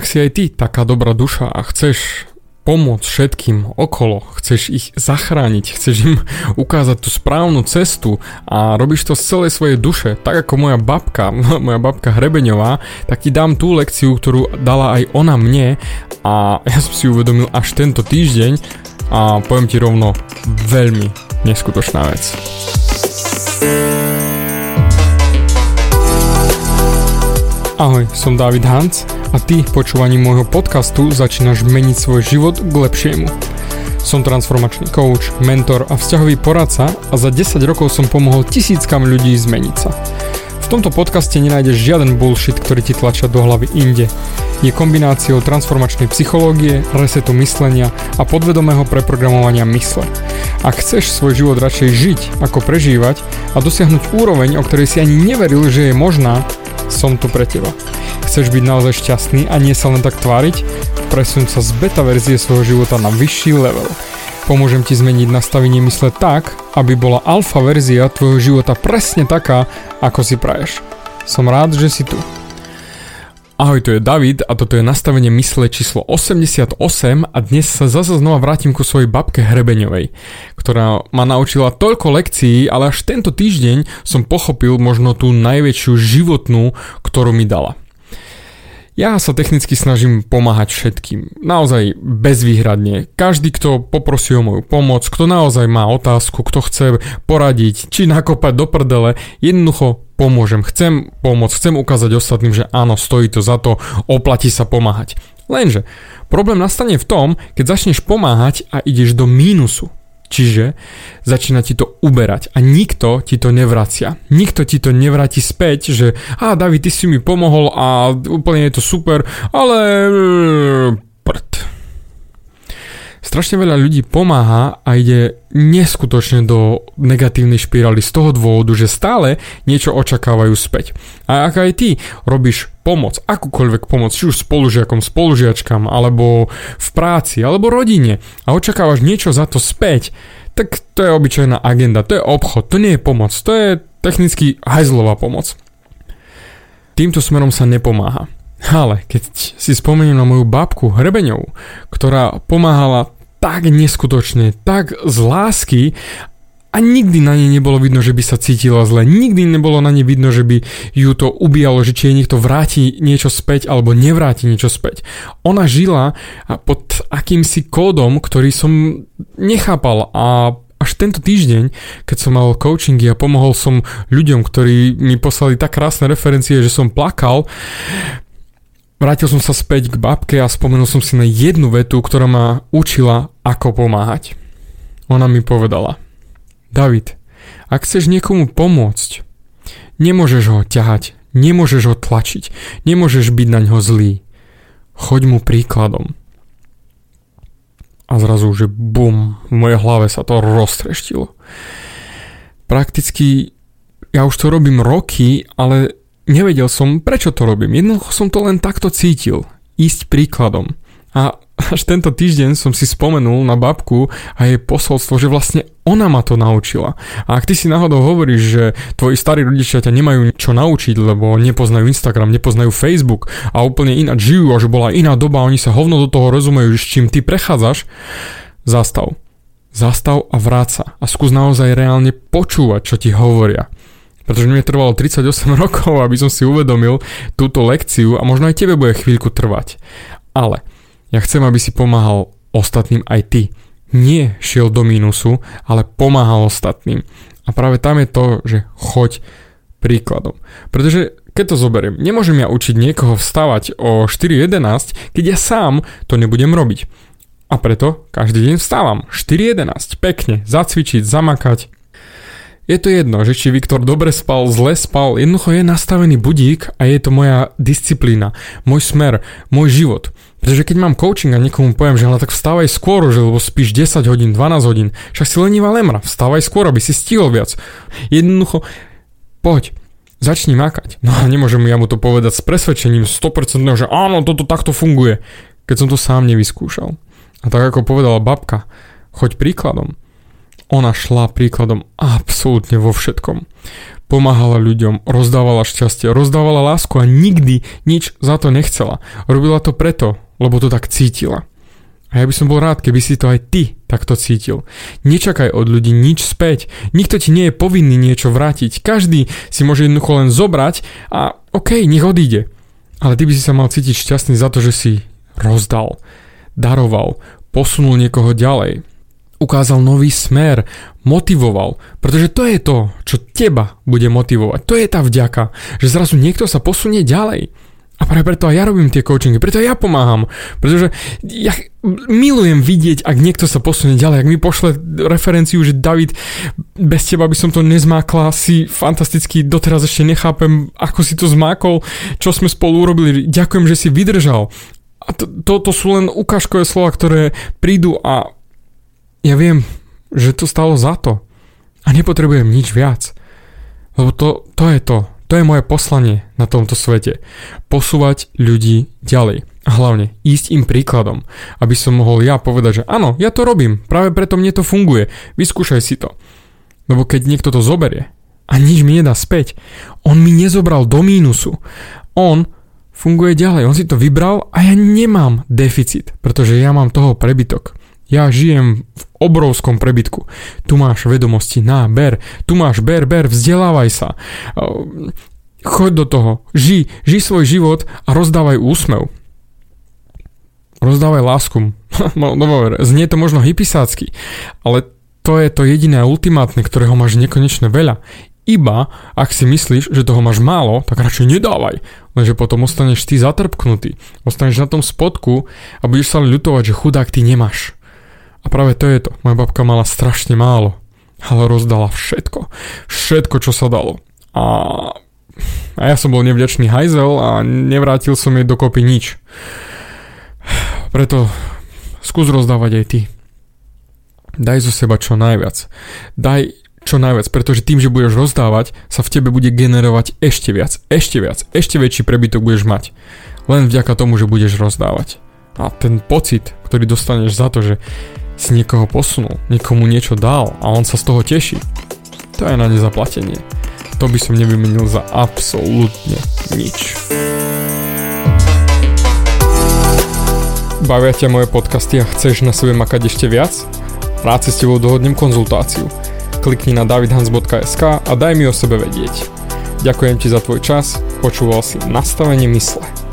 ak si aj ty taká dobrá duša a chceš pomôcť všetkým okolo, chceš ich zachrániť, chceš im ukázať tú správnu cestu a robíš to z celej svojej duše, tak ako moja babka Hrebeňová, tak ti dám tú lekciu, ktorú dala aj ona mne a ja som si uvedomil až tento týždeň a poviem ti rovno, veľmi neskutočná vec. Ahoj, som David Hanc a ty počúvaním môjho podcastu začínaš meniť svoj život k lepšiemu. Som transformačný coach, mentor a vzťahový poradca a za 10 rokov som pomohol tisíckam ľudí zmeniť sa. V tomto podcaste nenájdeš žiaden bullshit, ktorý ti tlačia do hlavy inde. Je kombináciou transformačnej psychológie, resetu myslenia a podvedomého preprogramovania mysle. Ak chceš svoj život radšej žiť ako prežívať a dosiahnuť úroveň, o ktorej si ani neveril, že je možná, som tu pre teba. Chceš byť naozaj šťastný a nie sa len tak tváriť? Presuň sa z beta verzie svojho života na vyšší level. Pomôžem ti zmeniť nastavenie mysle tak, aby bola alfa verzia tvojho života presne taká, ako si praješ. Som rád, že si tu. Ahoj, tu je David a toto je nastavenie mysle číslo 88 a dnes sa zase znova vrátim ku svojej babke Hrebeňovej, ktorá ma naučila toľko lekcií, ale až tento týždeň som pochopil možno tú najväčšiu životnú, ktorú mi dala. Ja sa technicky snažím pomáhať všetkým, naozaj bezvýhradne. Každý, kto poprosí o moju pomoc, kto naozaj má otázku, kto chce poradiť, či nakopať do prdele, jednoducho pomôžem. Chcem pomôcť, chcem ukázať ostatným, že áno, stojí to za to, oplatí sa pomáhať. Lenže problém nastane v tom, keď začneš pomáhať a ideš do mínusu. Čiže začína ti to uberať a nikto ti to nevracia. Nikto ti to nevráti späť, že David, ty si mi pomohol a úplne je to super, ale prd. Strašne veľa ľudí pomáha a ide neskutočne do negatívnej špirály z toho dôvodu, že stále niečo očakávajú späť. A ak aj ty robíš pomoc, akúkoľvek pomoc, či už spolužiakom, spolužiačkam, alebo v práci, alebo rodine a očakávaš niečo za to späť, tak to je obyčajná agenda, to je obchod, to nie je pomoc, to je technicky hajzlová pomoc. Týmto smerom sa nepomáha. Ale keď si spomeniem na moju babku Hrebeňovú, ktorá pomáhala tak neskutočne, tak z lásky a nikdy na nej nebolo vidno, že by sa cítila zle, nikdy nebolo na nej vidno, že by ju to ubíjalo, že či jej niekto vráti niečo späť alebo nevráti niečo späť. Ona žila pod akýmsi kódom, ktorý som nechápal a až tento týždeň, keď som mal coachingy a pomohol som ľuďom, ktorí mi poslali tak krásne referencie, že som plakal, vrátil som sa späť k babke a spomenul som si na jednu vetu, ktorá ma učila, ako pomáhať. Ona mi povedala: David, ak chceš niekomu pomôcť, nemôžeš ho ťahať, nemôžeš ho tlačiť, nemôžeš byť na ňo zlý. Choď mu príkladom. A zrazu, že bum, v mojej hlave sa to roztreštilo. Prakticky, ja už to robím roky, ale nevedel som, prečo to robím. Jednoducho som to len takto cítil. Ísť príkladom. A až tento týždeň som si spomenul na babku a jej posolstvo, že vlastne ona ma to naučila. A ak ty si náhodou hovoríš, že tvoji starí rodičia ťa nemajú čo naučiť, lebo nepoznajú Instagram, nepoznajú Facebook a úplne ináč žijú a že bola iná doba, oni sa hovno do toho rozumejú, s čím ty prechádzaš, zastav. Zastav a vráť sa. A skús naozaj reálne počúvať, čo ti hovoria. Pretože mne trvalo 38 rokov, aby som si uvedomil túto lekciu a možno aj tebe bude chvíľku trvať. Ale ja chcem, aby si pomáhal ostatným aj ty. Nie šiel do mínusu, ale pomáhal ostatným. A práve tam je to, že choď príkladom. Pretože keď to zoberiem, nemôžem ja učiť niekoho vstávať o 4:11, keď ja sám to nebudem robiť. A preto každý deň vstávam 4:11, pekne, zacvičiť, zamakať. Je to jedno, že či Viktor dobre spal, zle spal, jednoducho je nastavený budík a je to moja disciplína, môj smer, môj život. Pretože keď mám coaching a niekomu poviem, že tak vstávaj skôr, že lebo spíš 10 hodín, 12 hodín, však si lenivá lemra, vstávaj skôr, aby si stihol viac. Jednoducho, poď, začni makať. No a nemôžem ja mu to povedať s presvedčením 100%, že áno, toto takto funguje, keď som to sám nevyskúšal. A tak ako povedala babka, choď príkladom. Ona šla príkladom absolútne vo všetkom. pomáhala ľuďom, rozdávala šťastie, rozdávala lásku a nikdy nič za to nechcela. Robila to preto, lebo to tak cítila. A ja by som bol rád, keby si to aj ty takto cítil. Nečakaj od ľudí nič späť. Nikto ti nie je povinný niečo vrátiť. Každý si môže jednoducho len zobrať a nech odíde. Ale ty by si sa mal cítiť šťastný za to, že si rozdal, daroval, posunul niekoho ďalej. Ukázal nový smer, motivoval. Pretože to je to, čo teba bude motivovať. To je tá vďaka, že zrazu niekto sa posunie ďalej. A práve preto aj ja robím tie coachingy, preto ja pomáham, pretože ja milujem vidieť, ak niekto sa posunie ďalej, ak mi pošle referenciu, že David, bez teba by som to nezmákla, si fantastický, doteraz ešte nechápem, ako si to zmákol, čo sme spolu urobili, ďakujem, že si vydržal. A to sú len ukážkové slova, ktoré prídu a ja viem, že to stalo za to a nepotrebujem nič viac, lebo to je to. To je moje poslanie na tomto svete. Posúvať ľudí ďalej. A hlavne ísť im príkladom. Aby som mohol ja povedať, že áno, ja to robím. Práve preto mne to funguje. Vyskúšaj si to. Lebo keď niekto to zoberie a nič mi nedá späť, on mi nezobral do mínusu. On funguje ďalej. On si to vybral a ja nemám deficit. Pretože ja mám toho prebytok. Ja žijem v obrovskom prebytku. Tu máš vedomosti, ber. Tu máš, ber, vzdelávaj sa. Choď do toho. Žij svoj život a rozdávaj úsmev. Rozdávaj lásku. Znie to možno hypisácky, ale to je to jediné ultimátne, ktorého máš nekonečne veľa. Iba, ak si myslíš, že toho máš málo, tak radšej nedávaj. Lenže potom ostaneš ty zatrpknutý. Ostaneš na tom spodku a budeš sa ľutovať, že chudák ty nemáš. A práve to je to. Moja babka mala strašne málo, ale rozdala všetko. Všetko, čo sa dalo. A ja som bol nevďačný hajzel a nevrátil som jej dokopy nič. Preto skús rozdávať aj ty. Daj zo seba čo najviac. Daj čo najviac, pretože tým, že budeš rozdávať, sa v tebe bude generovať ešte viac. Ešte väčší prebytok budeš mať. Len vďaka tomu, že budeš rozdávať. A ten pocit, ktorý dostaneš za to, že si niekoho posunul, niekomu niečo dal a on sa z toho teší, to je na nezaplatenie. To by som nevymenil za absolútne nič. Bavia ťa moje podcasty a chceš na sebe makať ešte viac? Rád si s tebou dohodnem konzultáciu. Klikni na davidhans.sk a daj mi o sebe vedieť. Ďakujem ti za tvoj čas, počúval si Nastavenie mysle.